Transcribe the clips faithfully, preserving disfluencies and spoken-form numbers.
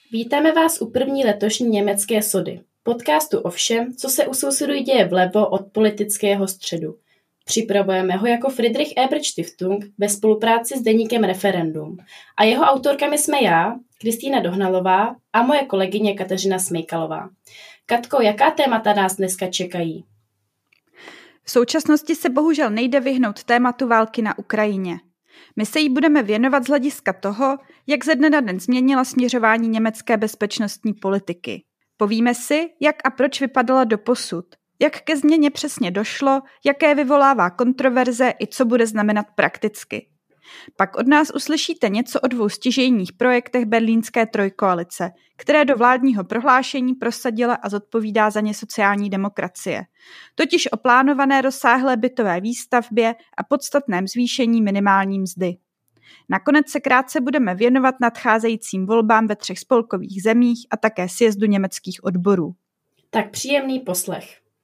Vítáme vás u první letošní německé sody, podcastu o všem, co se u sousedů děje vlevo od politického středu. Připravujeme ho jako Friedrich Ebert Stiftung ve spolupráci s deníkem Referendum. A jeho autorkami jsme já, Kristýna Dohnalová a moje kolegyně Kateřina Smejkalová. Katko, jaká témata nás dneska čekají? V současnosti se bohužel nejde vyhnout tématu války na Ukrajině. My se jí budeme věnovat z hlediska toho, jak ze dne na den změnila směřování německé bezpečnostní politiky. Povíme si, jak a proč vypadala doposud, jak ke změně přesně došlo, jaké vyvolává kontroverze i co bude znamenat prakticky. Pak od nás uslyšíte něco o dvou stěžejních projektech berlínské trojkoalice, které do vládního prohlášení prosadila a zodpovídá za ně sociální demokracie. Totiž o plánované rozsáhlé bytové výstavbě a podstatném zvýšení minimální mzdy. Nakonec se krátce budeme věnovat nadcházejícím volbám ve třech spolkových zemích a také sjezdu německých odborů. Tak příjemný poslech.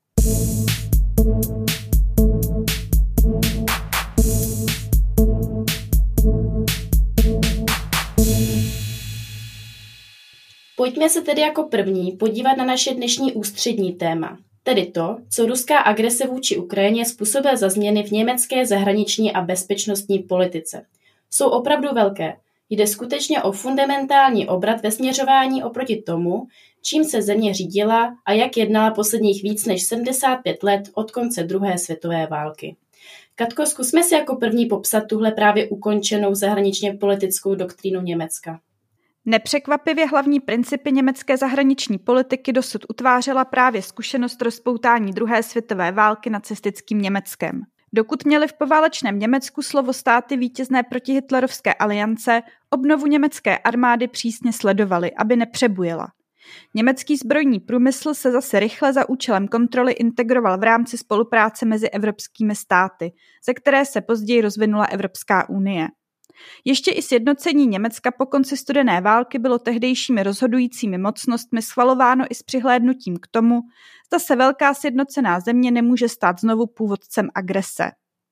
Pojďme se tedy jako první podívat na naše dnešní ústřední téma, tedy to, co ruská agrese vůči Ukrajině způsobila za změny v německé zahraniční a bezpečnostní politice. Jsou opravdu velké. Jde skutečně o fundamentální obrat ve směřování oproti tomu, čím se země řídila a jak jednala posledních víc než sedmdesát pět let od konce druhé světové války. Katko, zkusme si jako první popsat tuhle právě ukončenou zahraničně politickou doktrínu Německa. Nepřekvapivě hlavní principy německé zahraniční politiky dosud utvářela právě zkušenost rozpoutání druhé světové války nacistickým Německem. Dokud měli v poválečném Německu slovo státy vítězné protihitlerovské aliance, obnovu německé armády přísně sledovali, aby nepřebujela. Německý zbrojní průmysl se zase rychle za účelem kontroly integroval v rámci spolupráce mezi evropskými státy, ze které se později rozvinula Evropská unie. Ještě i sjednocení Německa po konci studené války bylo tehdejšími rozhodujícími mocnostmi schvalováno i s přihlédnutím k tomu, zda se velká sjednocená země nemůže stát znovu původcem agrese.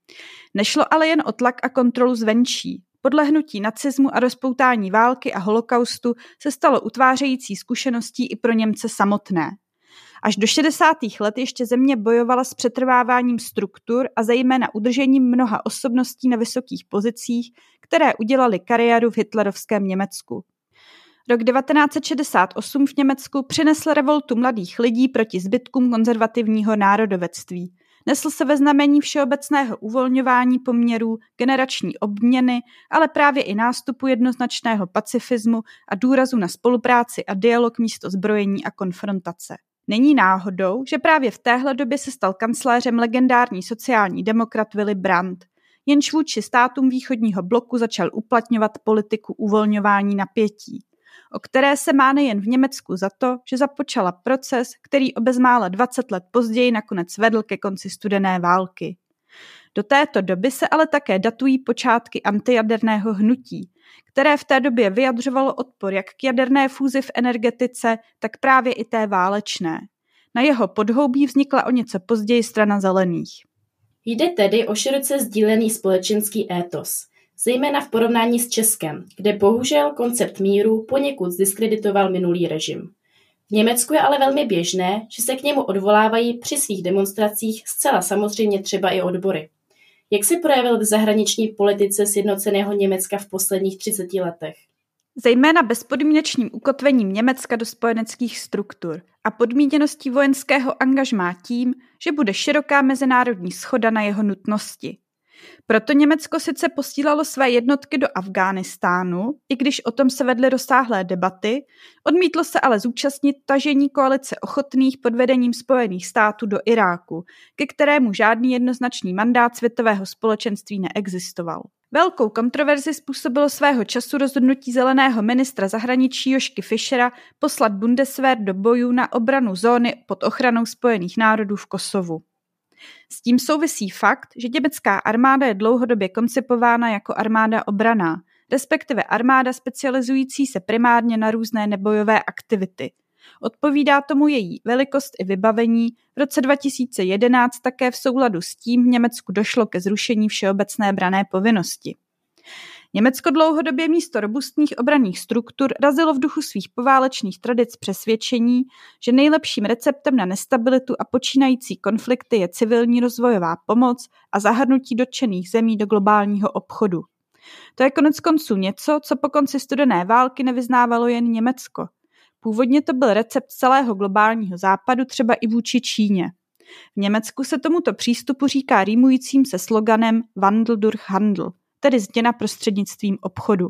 Nešlo ale jen o tlak a kontrolu zvenčí. Podlehnutí nacismu a rozpoutání války a holokaustu se stalo utvářející zkušeností i pro Němce samotné. Až do šedesátých let ještě země bojovala s přetrváváním struktur a zejména udržením mnoha osobností na vysokých pozicích, které udělaly kariéru v hitlerovském Německu. Rok devatenáct set šedesát osm v Německu přinesl revoltu mladých lidí proti zbytkům konzervativního národovectví. Nesl se ve znamení všeobecného uvolňování poměrů, generační obměny, ale právě i nástupu jednoznačného pacifismu a důrazu na spolupráci a dialog místo zbrojení a konfrontace. Není náhodou, že právě v téhle době se stal kancléřem legendární sociální demokrat Willy Brandt, jenž vůči státům východního bloku začal uplatňovat politiku uvolňování napětí, o které se má nejen v Německu za to, že započala proces, který o bezmála dvacet let později nakonec vedl ke konci studené války. Do této doby se ale také datují počátky antijaderného hnutí, které v té době vyjadřovalo odpor jak k jaderné fúzi v energetice, tak právě i té válečné. Na jeho podhoubí vznikla o něco později strana zelených. Jde tedy o široce sdílený společenský étos, zejména v porovnání s Českem, kde bohužel koncept míru poněkud zdiskreditoval minulý režim. V Německu je ale velmi běžné, že se k němu odvolávají při svých demonstracích zcela samozřejmě třeba i odbory. Jak se projevil v zahraniční politice sjednoceného Německa v posledních třiceti letech? Zejména bezpodmínečným ukotvením Německa do spojeneckých struktur a podmíněností vojenského angažmá tím, že bude široká mezinárodní shoda na jeho nutnosti. Proto Německo sice posílalo své jednotky do Afghánistánu, i když o tom se vedly rozsáhlé debaty, odmítlo se ale zúčastnit tažení koalice ochotných pod vedením Spojených států do Iráku, ke kterému žádný jednoznačný mandát světového společenství neexistoval. Velkou kontroverzi způsobilo svého času rozhodnutí zeleného ministra zahraničí Jošky Fischera poslat Bundeswehr do bojů na obranu zóny pod ochranou Spojených národů v Kosovu. S tím souvisí fakt, že německá armáda je dlouhodobě koncipována jako armáda obranná, respektive armáda specializující se primárně na různé nebojové aktivity. Odpovídá tomu její velikost i vybavení. V roce dva tisíce jedenáct také v souladu s tím v Německu došlo ke zrušení všeobecné branné povinnosti. Německo dlouhodobě místo robustních obranných struktur razilo v duchu svých poválečných tradic přesvědčení, že nejlepším receptem na nestabilitu a počínající konflikty je civilní rozvojová pomoc a zahrnutí dotčených zemí do globálního obchodu. To je konec konců něco, co po konci studené války nevyznávalo jen Německo. Původně to byl recept celého globálního západu, třeba i vůči Číně. V Německu se tomuto přístupu říká rýmujícím se sloganem Wandel durch Handel, tedy změna prostřednictvím obchodu.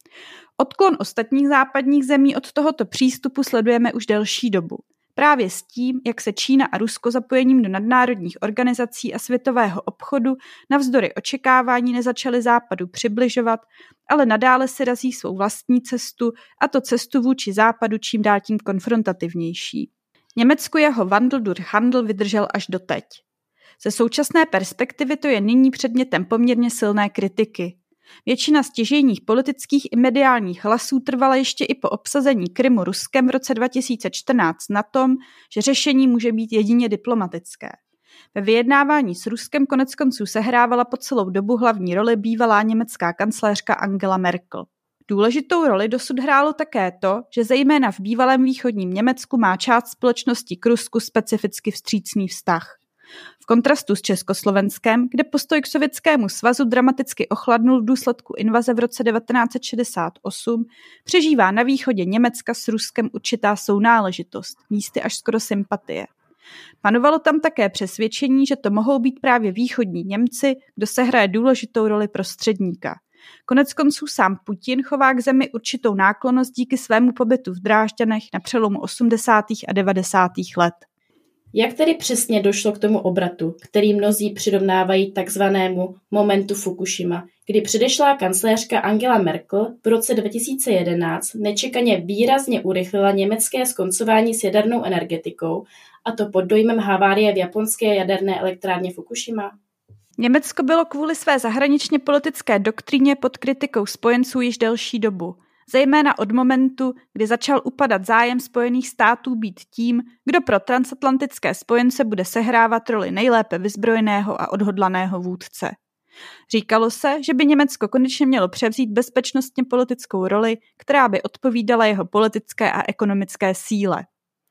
Odklon ostatních západních zemí od tohoto přístupu sledujeme už delší dobu. Právě s tím, jak se Čína a Rusko zapojením do nadnárodních organizací a světového obchodu navzdory očekávání nezačaly západu přibližovat, ale nadále si razí svou vlastní cestu, a to cestu vůči západu čím dál tím konfrontativnější. Německu jeho Wandel durch Handel vydržel až doteď. Ze současné perspektivy to je nyní předmětem poměrně silné kritiky. Většina stěžejních politických i mediálních hlasů trvala ještě i po obsazení Krymu Ruskem v roce dva tisíce čtrnáct na tom, že řešení může být jedině diplomatické. Ve vyjednávání s Ruskem koneckonců sehrávala po celou dobu hlavní roli bývalá německá kancléřka Angela Merkel. Důležitou roli dosud hrálo také to, že zejména v bývalém východním Německu má část společnosti k Rusku specificky vstřícný vztah. V kontrastu s Československem, kde postoj k Sovětskému svazu dramaticky ochladnul v důsledku invaze v roce devatenáct set šedesát osm, přežívá na východě Německa s Ruskem určitá sounáležitost, místy až skoro sympatie. Panovalo tam také přesvědčení, že to mohou být právě východní Němci, kdo sehraje důležitou roli prostředníka. Koneckonců sám Putin chová k zemi určitou náklonnost díky svému pobytu v Drážďanech na přelomu osmdesátých a devadesátých let. Jak tedy přesně došlo k tomu obratu, který mnozí přirovnávají takzvanému momentu Fukushima, kdy předešlá kancléřka Angela Merkel v roce dva tisíce jedenáct nečekaně výrazně urychlila německé skoncování s jadernou energetikou, a to pod dojmem havárie v japonské jaderné elektrárně Fukushima? Německo bylo kvůli své zahraničně politické doktríně pod kritikou spojenců již delší dobu. Zejména od momentu, kdy začal upadat zájem Spojených států být tím, kdo pro transatlantické spojence bude sehrávat roli nejlépe vyzbrojeného a odhodlaného vůdce. Říkalo se, že by Německo konečně mělo převzít bezpečnostně politickou roli, která by odpovídala jeho politické a ekonomické síle.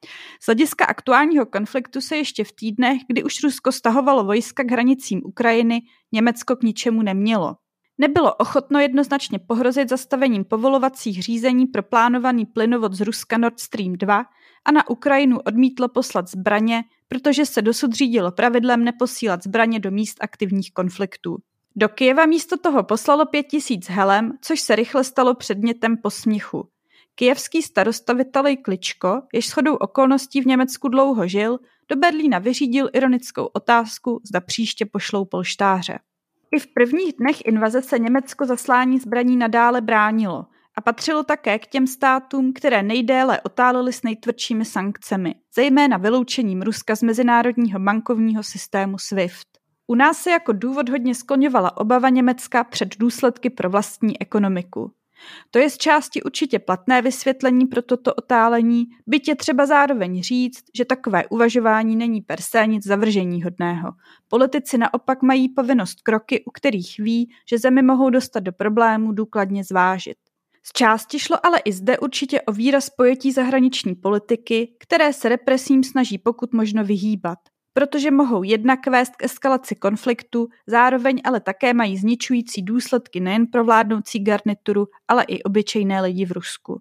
Z hlediska aktuálního konfliktu se ještě v týdnech, kdy už Rusko stahovalo vojska k hranicím Ukrajiny, Německo k ničemu nemělo. Nebylo ochotno jednoznačně pohrozit zastavením povolovacích řízení pro plánovaný plynovod z Ruska Nord Stream dva a na Ukrajinu odmítlo poslat zbraně, protože se dosud řídilo pravidlem neposílat zbraně do míst aktivních konfliktů. Do Kyjeva místo toho poslalo pět tisíc helem, což se rychle stalo předmětem posměchu. Kyjevský starosta Vitalij Kličko, jež shodou okolností v Německu dlouho žil, do Berlína vyřídil ironickou otázku, zda příště pošlou polštáře. I v prvních dnech invaze se Německo zaslání zbraní nadále bránilo a patřilo také k těm státům, které nejdéle otálely s nejtvrdšími sankcemi, zejména vyloučením Ruska z mezinárodního bankovního systému SWIFT. U nás se jako důvod hodně skloňovala obava Německa před důsledky pro vlastní ekonomiku. To je z části určitě platné vysvětlení pro toto otálení, byť je třeba zároveň říct, že takové uvažování není per se nic zavrženíhodného. Politici naopak mají povinnost kroky, u kterých ví, že zemi mohou dostat do problémů, důkladně zvážit. Z části šlo ale i zde určitě o výraz pojetí zahraniční politiky, které se represím snaží pokud možno vyhýbat. Protože mohou jednak vést k eskalaci konfliktu, zároveň ale také mají zničující důsledky nejen pro vládnoucí garnituru, ale i obyčejné lidi v Rusku.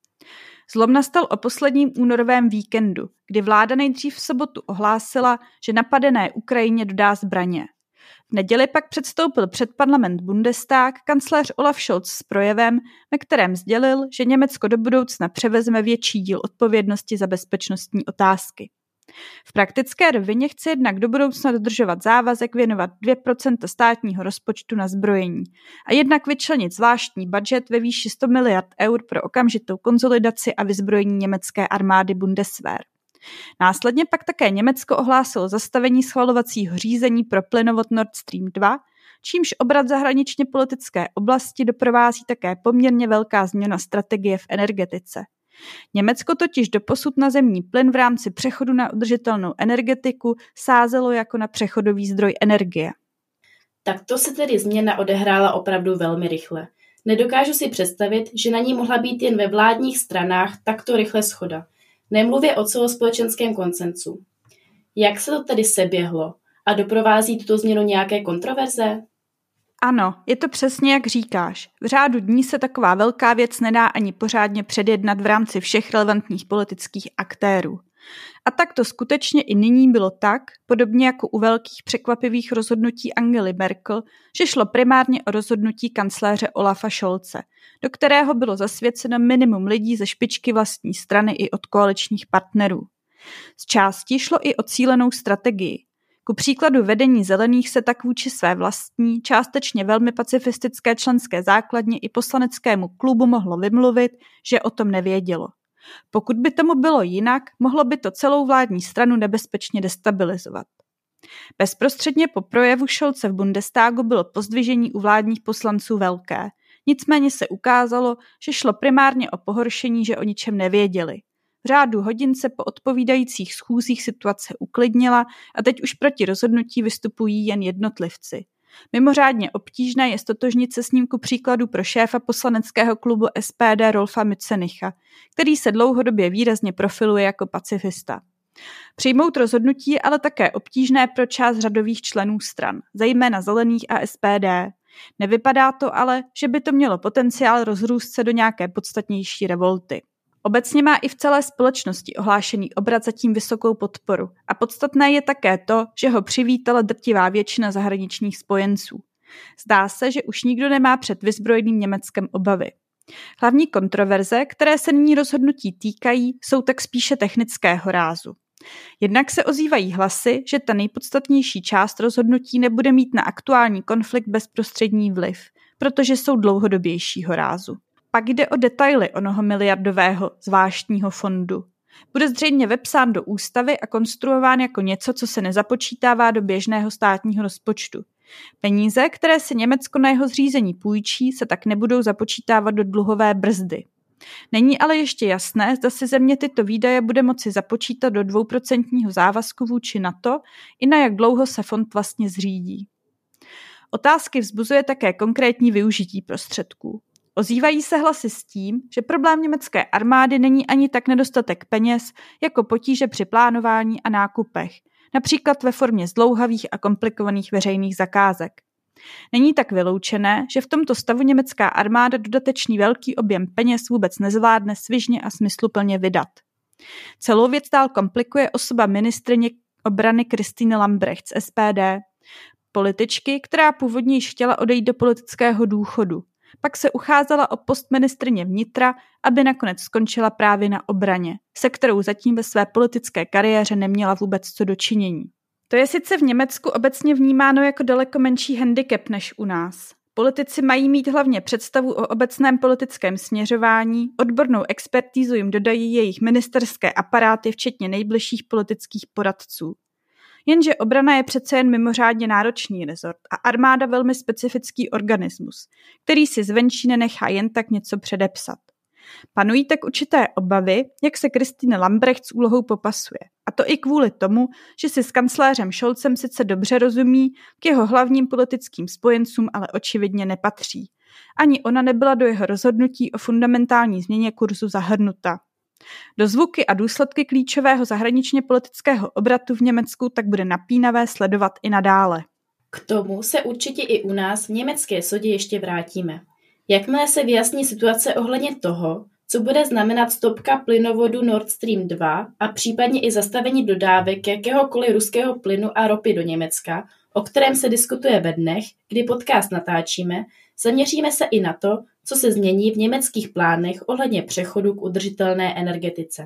Zlom nastal o posledním únorovém víkendu, kdy vláda nejdřív v sobotu ohlásila, že napadené Ukrajině dodá zbraně. V neděli pak předstoupil před parlament Bundestag kancléř Olaf Scholz s projevem, ve kterém sdělil, že Německo do budoucna převezme větší díl odpovědnosti za bezpečnostní otázky. V praktické rovině chce jednak do budoucna dodržovat závazek věnovat dvě procenta státního rozpočtu na zbrojení a jednak vyčlenit zvláštní budget ve výši sto miliard eur pro okamžitou konsolidaci a vyzbrojení německé armády Bundeswehr. Následně pak také Německo ohlásilo zastavení schvalovacího řízení pro plynovod Nord Stream dva, čímž obrat zahraničně politické oblasti doprovází také poměrně velká změna strategie v energetice. Německo totiž doposud na zemní plyn v rámci přechodu na udržitelnou energetiku sázelo jako na přechodový zdroj energie. Takto se tedy změna odehrála opravdu velmi rychle. Nedokážu si představit, že na ní mohla být jen ve vládních stranách takto rychle shoda. Nemluvě o celospolečenském konsenzu. Jak se to tedy seběhlo? A doprovází tuto změnu nějaké kontroverze? Ano, je to přesně jak říkáš. V řádu dní se taková velká věc nedá ani pořádně předjednat v rámci všech relevantních politických aktérů. A tak to skutečně i nyní bylo tak, podobně jako u velkých překvapivých rozhodnutí Angely Merkel, že šlo primárně o rozhodnutí kancléře Olafa Scholze, do kterého bylo zasvěceno minimum lidí ze špičky vlastní strany i od koaličních partnerů. Z části šlo i o cílenou strategii. Ku příkladu vedení zelených se tak vůči své vlastní, částečně velmi pacifistické členské základně i poslaneckému klubu mohlo vymluvit, že o tom nevědělo. Pokud by tomu bylo jinak, mohlo by to celou vládní stranu nebezpečně destabilizovat. Bezprostředně po projevu Scholze v Bundestagu bylo pozdvižení u vládních poslanců velké. Nicméně se ukázalo, že šlo primárně o pohoršení, že o ničem nevěděli. V řádu hodin se po odpovídajících schůzích situace uklidnila a teď už proti rozhodnutí vystupují jen jednotlivci. Mimořádně obtížné je stotožnit se s ním ku příkladu pro šéfa poslaneckého klubu S P D Rolfa Mützenicha, který se dlouhodobě výrazně profiluje jako pacifista. Přijmout rozhodnutí je ale také obtížné pro část řadových členů stran, zejména zelených a S P D. Nevypadá to ale, že by to mělo potenciál rozrůst se do nějaké podstatnější revolty. Obecně má i v celé společnosti ohlášený obrat zatím vysokou podporu a podstatné je také to, že ho přivítala drtivá většina zahraničních spojenců. Zdá se, že už nikdo nemá před vyzbrojeným Německem obavy. Hlavní kontroverze, které se nyní rozhodnutí týkají, jsou tak spíše technického rázu. Jednak se ozývají hlasy, že ta nejpodstatnější část rozhodnutí nebude mít na aktuální konflikt bezprostřední vliv, protože jsou dlouhodobějšího rázu. Pak jde o detaily onoho miliardového zvláštního fondu. Bude zřejmě vepsán do ústavy a konstruován jako něco, co se nezapočítává do běžného státního rozpočtu. Peníze, které si Německo na jeho zřízení půjčí, se tak nebudou započítávat do dluhové brzdy. Není ale ještě jasné, zda si země tyto výdaje bude moci započítat do dvouprocentního závazku vůči NATO i na jak dlouho se fond vlastně zřídí. Otázky vzbuzuje také konkrétní využití prostředků. Ozývají se hlasy s tím, že problém německé armády není ani tak nedostatek peněz, jako potíže při plánování a nákupech, například ve formě zdlouhavých a komplikovaných veřejných zakázek. Není tak vyloučené, že v tomto stavu německá armáda dodatečný velký objem peněz vůbec nezvládne svižně a smysluplně vydat. Celou věc dál komplikuje osoba ministryně obrany Christine Lambrecht z S P D, političky, která původně již chtěla odejít do politického důchodu. Pak se ucházela o post ministryně vnitra, aby nakonec skončila právě na obraně, se kterou zatím ve své politické kariéře neměla vůbec co dočinění. To je sice v Německu obecně vnímáno jako daleko menší handicap než u nás. Politici mají mít hlavně představu o obecném politickém směřování, odbornou expertízu jim dodají jejich ministerské aparáty, včetně nejbližších politických poradců. Jenže obrana je přece jen mimořádně náročný rezort a armáda velmi specifický organismus, který si zvenčí nenechá jen tak něco předepsat. Panují tak určité obavy, jak se Christine Lambrecht s úlohou popasuje. A to i kvůli tomu, že si s kancléřem Scholzem sice dobře rozumí, k jeho hlavním politickým spojencům ale očividně nepatří. Ani ona nebyla do jeho rozhodnutí o fundamentální změně kurzu zahrnuta. Dozvuky a důsledky klíčového zahraničně politického obratu v Německu tak bude napínavé sledovat i nadále. K tomu se určitě i u nás v německé sodě ještě vrátíme. Jakmile se vyjasní situace ohledně toho, co bude znamenat stopka plynovodu Nord Stream dva a případně i zastavení dodávek jakéhokoliv ruského plynu a ropy do Německa, o kterém se diskutuje ve dnech, kdy podcast natáčíme, zaměříme se i na to, co se změní v německých plánech ohledně přechodu k udržitelné energetice.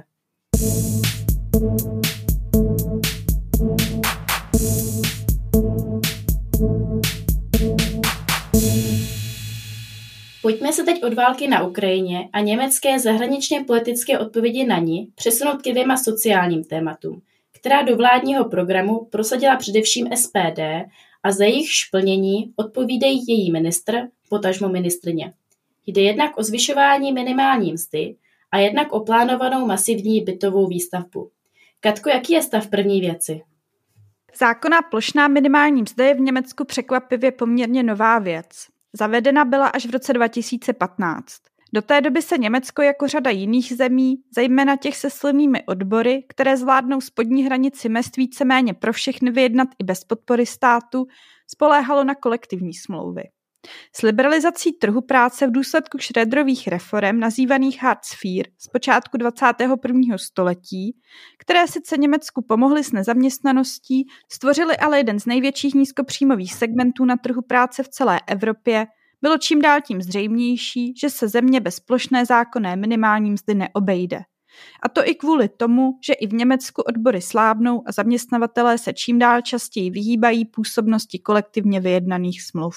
Pojďme se teď od války na Ukrajině a německé zahraničně politické odpovědi na ní přesunout ke dvěma sociálním tématům, která do vládního programu prosadila především S P D a za jejich plnění odpovídají její ministr, potažmo ministryně. Jde jednak o zvyšování minimální mzdy a jednak o plánovanou masivní bytovou výstavbu. Katko, jaký je stav první věci? Zákonná plošná minimální mzda je v Německu překvapivě poměrně nová věc. Zavedena byla až v roce dva tisíce patnáct. Do té doby se Německo jako řada jiných zemí, zejména těch se silnými odbory, které zvládnou spodní hranici mezd víceméně pro všechny vyjednat i bez podpory státu, spoléhalo na kolektivní smlouvy. S liberalizací trhu práce v důsledku Schröderových reforem nazývaných Hartz IV z počátku dvacátého prvního století, které sice Německu pomohly s nezaměstnaností, stvořily ale jeden z největších nízkopříjmových segmentů na trhu práce v celé Evropě, bylo čím dál tím zřejmější, že se země bez plošné zákonné minimální mzdy neobejde. A to i kvůli tomu, že i v Německu odbory slábnou a zaměstnavatelé se čím dál častěji vyhýbají působnosti kolektivně vyjednaných smluv.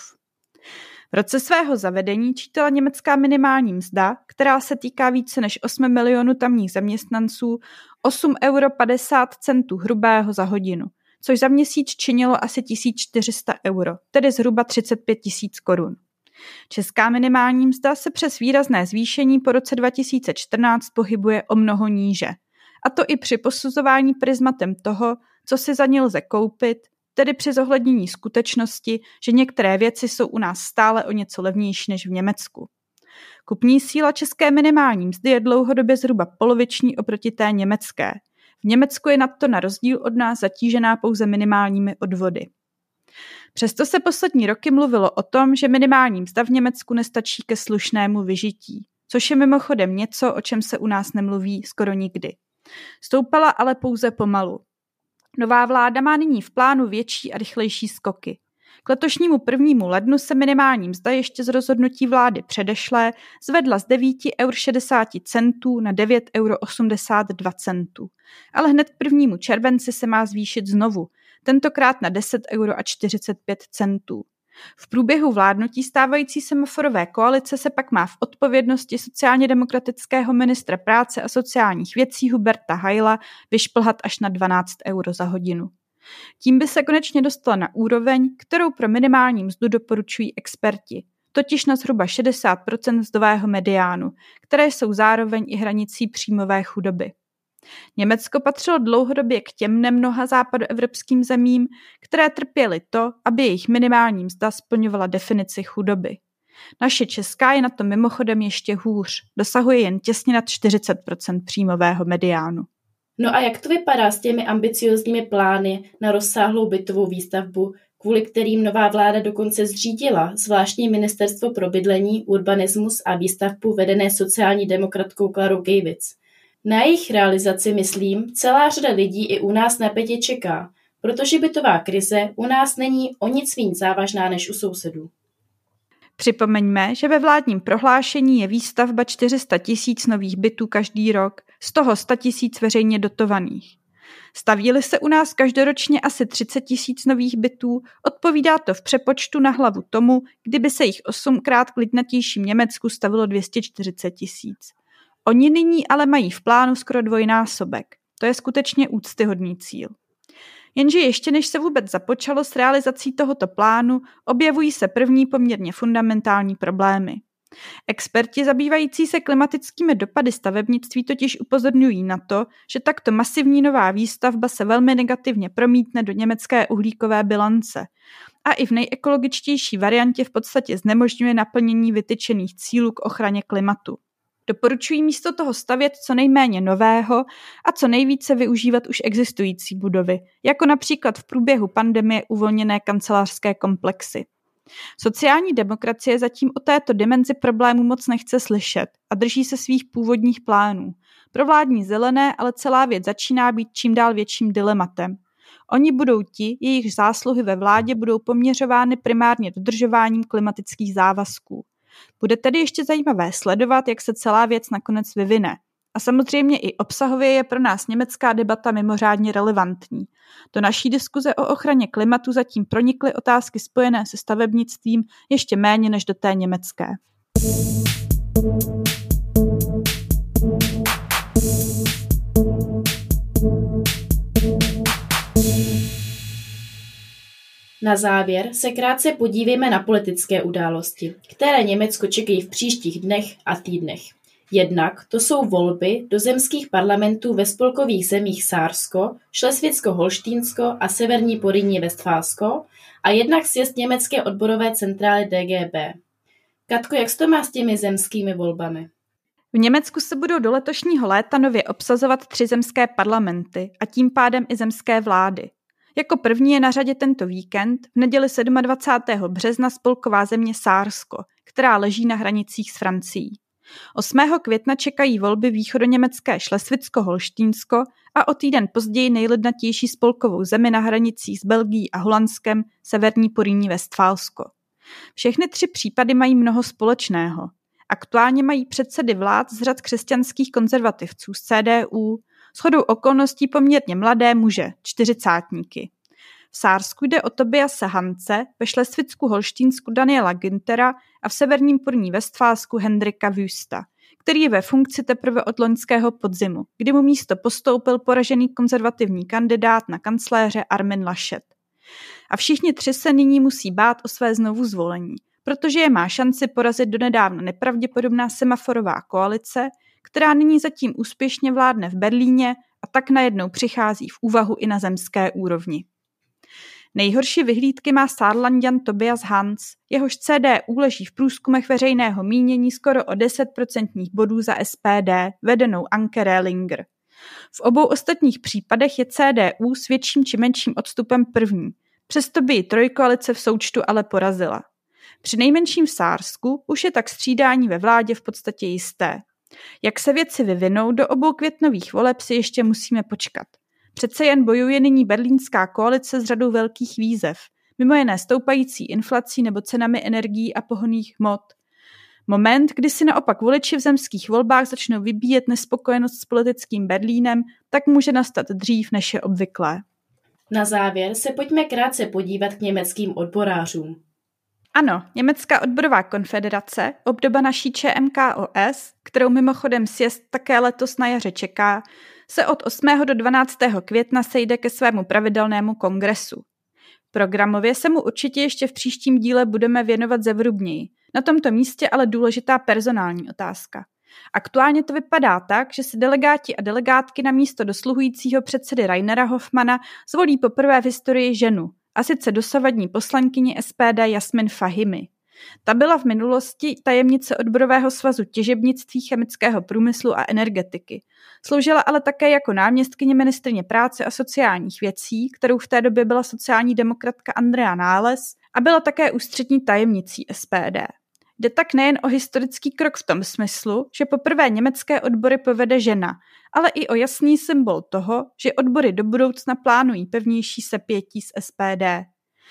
V roce svého zavedení čítala německá minimální mzda, která se týká více než osm milionů tamních zaměstnanců, osm euro padesát centů hrubého za hodinu, což za měsíc činilo asi tisíc čtyři sta euro, tedy zhruba třicet pět tisíc korun. Česká minimální mzda se přes výrazné zvýšení po roce dva tisíce čtrnáct pohybuje o mnoho níže. A to i při posuzování prismatem toho, co si za ní lze koupit, tedy při zohlednění skutečnosti, že některé věci jsou u nás stále o něco levnější než v Německu. Kupní síla české minimální mzdy je dlouhodobě zhruba poloviční oproti té německé. V Německu je nadto na rozdíl od nás zatížená pouze minimálními odvody. Přesto se poslední roky mluvilo o tom, že minimální mzda v Německu nestačí ke slušnému vyžití, což je mimochodem něco, o čem se u nás nemluví skoro nikdy. Stoupala ale pouze pomalu. Nová vláda má nyní v plánu větší a rychlejší skoky. K letošnímu prvnímu lednu se minimální mzda ještě z rozhodnutí vlády předešlé zvedla z devět eur šedesát centů na devět eur osmdesát dva centů. Ale hned k prvnímu červenci se má zvýšit znovu, tentokrát na deset eur a čtyřicet pět centů. V průběhu vládnutí stávající semaforové koalice se pak má v odpovědnosti sociálně demokratického ministra práce a sociálních věcí Huberta Heila vyšplhat až na dvanáct euro za hodinu. Tím by se konečně dostala na úroveň, kterou pro minimální mzdu doporučují experti, totiž na zhruba šedesát procent mzdového mediánu, které jsou zároveň i hranicí příjmové chudoby. Německo patřilo dlouhodobě k těm nemnoha západoevropským zemím, které trpěly to, aby jejich minimální mzda splňovala definici chudoby. Naše česká je na to mimochodem ještě hůř, dosahuje jen těsně nad čtyřicet procent příjmového mediánu. No a jak to vypadá s těmi ambiciózními plány na rozsáhlou bytovou výstavbu, kvůli kterým nová vláda dokonce zřídila zvláštní ministerstvo pro bydlení, urbanismus a výstavbu vedené sociální demokratkou Klarou Gejvic? Na jejich realizaci, myslím, celá řada lidí i u nás napětě čeká, protože bytová krize u nás není o nic víc závažná než u sousedů. Připomeňme, že ve vládním prohlášení je výstavba čtyři sta tisíc nových bytů každý rok, z toho sto tisíc veřejně dotovaných. Staví-li se u nás každoročně asi třicet tisíc nových bytů, odpovídá to v přepočtu na hlavu tomu, kdyby se jich osmkrát v klidnatějším Německu stavilo dvě stě čtyřicet tisíc. Oni nyní ale mají v plánu skoro dvojnásobek. To je skutečně úctyhodný cíl. Jenže ještě než se vůbec započalo s realizací tohoto plánu, objevují se první poměrně fundamentální problémy. Experti zabývající se klimatickými dopady stavebnictví totiž upozorňují na to, že takto masivní nová výstavba se velmi negativně promítne do německé uhlíkové bilance a i v nejekologičtější variantě v podstatě znemožňuje naplnění vytyčených cílů k ochraně klimatu. Doporučují místo toho stavět co nejméně nového a co nejvíce využívat už existující budovy, jako například v průběhu pandemie uvolněné kancelářské komplexy. Sociální demokracie zatím o této dimenzi problému moc nechce slyšet a drží se svých původních plánů. Pro vládní zelené ale celá věc začíná být čím dál větším dilematem. Oni budou ti, jejichž zásluhy ve vládě budou poměřovány primárně dodržováním klimatických závazků. Bude tedy ještě zajímavé sledovat, jak se celá věc nakonec vyvine. A samozřejmě i obsahově je pro nás německá debata mimořádně relevantní. Do naší diskuze o ochraně klimatu zatím pronikly otázky spojené se stavebnictvím ještě méně než do té německé. Na závěr se krátce podívejme na politické události, které Německo čekají v příštích dnech a týdnech. Jednak to jsou volby do zemských parlamentů ve spolkových zemích Sársko, Šlesvicko-Holštínsko a Severní Porýní Vestfálsko a jednak sjezd německé odborové centrály D G B. Katko, jak to má s těmi zemskými volbami? V Německu se budou do letošního léta nově obsazovat tři zemské parlamenty a tím pádem i zemské vlády. Jako první je na řadě tento víkend v neděli dvacátého sedmého března spolková země Sársko, která leží na hranicích s Francií. osmého května čekají volby východoněmecké Šlesvicko-Holštínsko a o týden později nejlidnatější spolkovou zemi na hranicích s Belgií a Holandskem Severní Porýní-Vestfálsko. Všechny tři případy mají mnoho společného. Aktuálně mají předsedy vlád z řad křesťanských konzervativců z C D U, shodou okolností poměrně mladé muže, čtyřicátníky. V Sársku jde o Tobiase Hance, ve Šlesvicku-Holštínsku Daniela Günthera a v severním Porýní-Vestfálsku Hendrika Wüsta, který je ve funkci teprve od loňského podzimu, kdy mu místo postoupil poražený konzervativní kandidát na kancléře Armin Laschet. A všichni tři se nyní musí bát o své znovu zvolení, protože je má šanci porazit donedávna nepravděpodobná semaforová koalice, která nyní zatím úspěšně vládne v Berlíně a tak najednou přichází v úvahu i na zemské úrovni. Nejhorší vyhlídky má Saarlanďan Tobias Hans, jehož C D U leží v průzkumech veřejného mínění skoro o deset procentních bodů za S P D, vedenou Anke Rehlinger. V obou ostatních případech je C D U s větším či menším odstupem první, přesto by ji trojkoalice v součtu ale porazila. Při nejmenším v Sársku už je tak střídání ve vládě v podstatě jisté. Jak se věci vyvinou, do obou květnových voleb si ještě musíme počkat. Přece jen bojuje nyní berlínská koalice s řadou velkých výzev, mimo jiné stoupající inflací nebo cenami energií a pohonných hmot. Moment, kdy si naopak voliči v zemských volbách začnou vybíjet nespokojenost s politickým Berlínem, tak může nastat dřív, než je obvyklé. Na závěr se pojďme krátce podívat k německým odborářům. Ano, Německá odborová konfederace, obdoba naší Č M K O S, kterou mimochodem sjezd také letos na jaře čeká, se od osmého do dvanáctého května sejde ke svému pravidelnému kongresu. Programově se mu určitě ještě v příštím díle budeme věnovat zevrubněji. Na tomto místě ale důležitá personální otázka. Aktuálně to vypadá tak, že si delegáti a delegátky na místo dosluhujícího předsedy Rainera Hoffmana zvolí poprvé v historii ženu, a sice dosavadní poslankyni S P D Jasmin Fahimi. Ta byla v minulosti tajemnice odborového svazu těžebnictví, chemického průmyslu a energetiky. Sloužila ale také jako náměstkyně ministryně práce a sociálních věcí, kterou v té době byla sociální demokratka Andrea Nahles, a byla také ústřední tajemnicí S P D. Jde tak nejen o historický krok v tom smyslu, že poprvé německé odbory povede žena, ale i o jasný symbol toho, že odbory do budoucna plánují pevnější sepětí s S P D.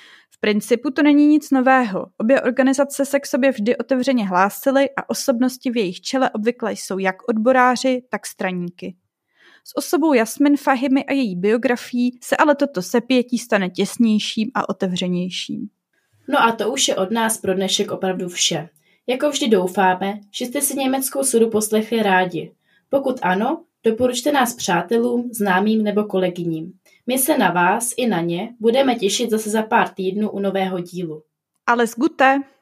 V principu to není nic nového. Obě organizace se k sobě vždy otevřeně hlásily a osobnosti v jejich čele obvykle jsou jak odboráři, tak straníky. S osobou Jasmin Fahimi a její biografií se ale toto sepětí stane těsnějším a otevřenějším. No a to už je od nás pro dnešek opravdu vše. Jako vždy doufáme, že jste si německou sodu poslechli rádi. Pokud ano, doporučte nás přátelům, známým nebo kolegyním. My se na vás i na ně budeme těšit zase za pár týdnů u nového dílu. Alles Gute!